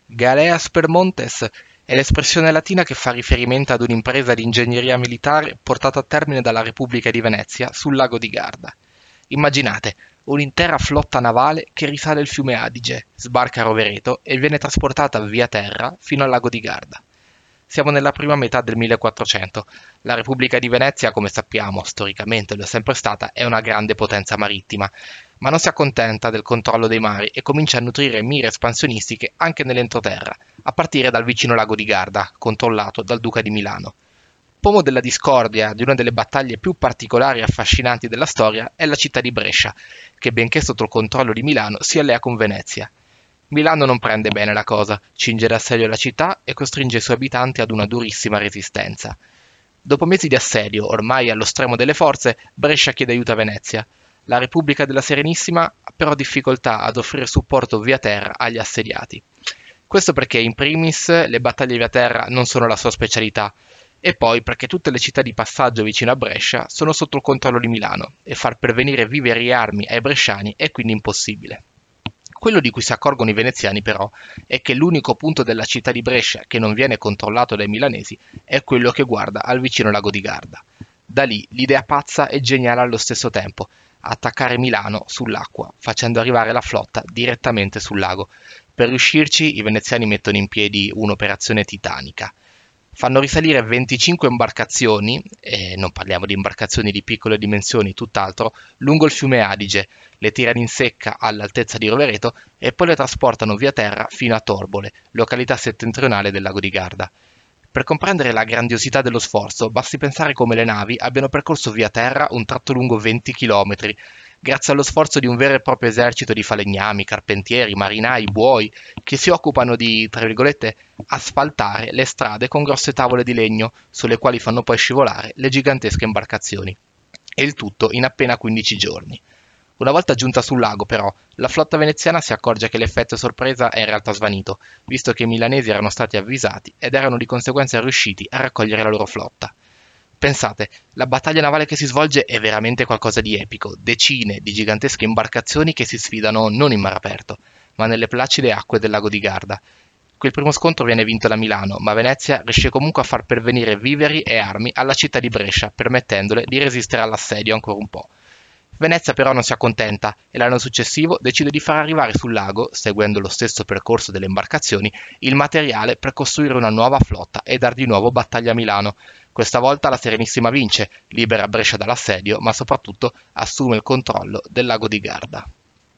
Galea Spermontes è l'espressione latina che fa riferimento ad un'impresa di ingegneria militare portata a termine dalla Repubblica di Venezia sul lago di Garda. Immaginate, un'intera flotta navale che risale il fiume Adige, sbarca a Rovereto e viene trasportata via terra fino al lago di Garda. Siamo nella prima metà del 1400. La Repubblica di Venezia, come sappiamo, storicamente lo è sempre stata, è una grande potenza marittima, ma non si accontenta del controllo dei mari e comincia a nutrire mire espansionistiche anche nell'entroterra, a partire dal vicino lago di Garda, controllato dal Duca di Milano. Pomo della discordia di una delle battaglie più particolari e affascinanti della storia è la città di Brescia, che benché sotto il controllo di Milano si allea con Venezia. Milano non prende bene la cosa, cinge d'assedio la città e costringe i suoi abitanti ad una durissima resistenza. Dopo mesi di assedio, ormai allo stremo delle forze, Brescia chiede aiuto a Venezia. La Repubblica della Serenissima ha però difficoltà ad offrire supporto via terra agli assediati. Questo perché, in primis, le battaglie via terra non sono la sua specialità, e poi perché tutte le città di passaggio vicino a Brescia sono sotto il controllo di Milano e far pervenire viveri e armi ai bresciani è quindi impossibile. Quello di cui si accorgono i veneziani però è che l'unico punto della città di Brescia che non viene controllato dai milanesi è quello che guarda al vicino lago di Garda. Da lì l'idea pazza e geniale allo stesso tempo: attaccare Milano sull'acqua, facendo arrivare la flotta direttamente sul lago. Per riuscirci i veneziani mettono in piedi un'operazione titanica. Fanno risalire 25 imbarcazioni, e non parliamo di imbarcazioni di piccole dimensioni, tutt'altro, lungo il fiume Adige, le tirano in secca all'altezza di Rovereto e poi le trasportano via terra fino a Torbole, località settentrionale del lago di Garda. Per comprendere la grandiosità dello sforzo, basti pensare come le navi abbiano percorso via terra un tratto lungo 20 chilometri, grazie allo sforzo di un vero e proprio esercito di falegnami, carpentieri, marinai, buoi, che si occupano di, tra virgolette, asfaltare le strade con grosse tavole di legno, sulle quali fanno poi scivolare le gigantesche imbarcazioni. E il tutto in appena 15 giorni. Una volta giunta sul lago, però, la flotta veneziana si accorge che l'effetto sorpresa è in realtà svanito, visto che i milanesi erano stati avvisati ed erano di conseguenza riusciti a raccogliere la loro flotta. Pensate, la battaglia navale che si svolge è veramente qualcosa di epico, decine di gigantesche imbarcazioni che si sfidano non in mare aperto, ma nelle placide acque del lago di Garda. Quel primo scontro viene vinto da Milano, ma Venezia riesce comunque a far pervenire viveri e armi alla città di Brescia, permettendole di resistere all'assedio ancora un po'. Venezia però non si accontenta e l'anno successivo decide di far arrivare sul lago, seguendo lo stesso percorso delle imbarcazioni, il materiale per costruire una nuova flotta e dar di nuovo battaglia a Milano. Questa volta la Serenissima vince, libera Brescia dall'assedio, ma soprattutto assume il controllo del lago di Garda.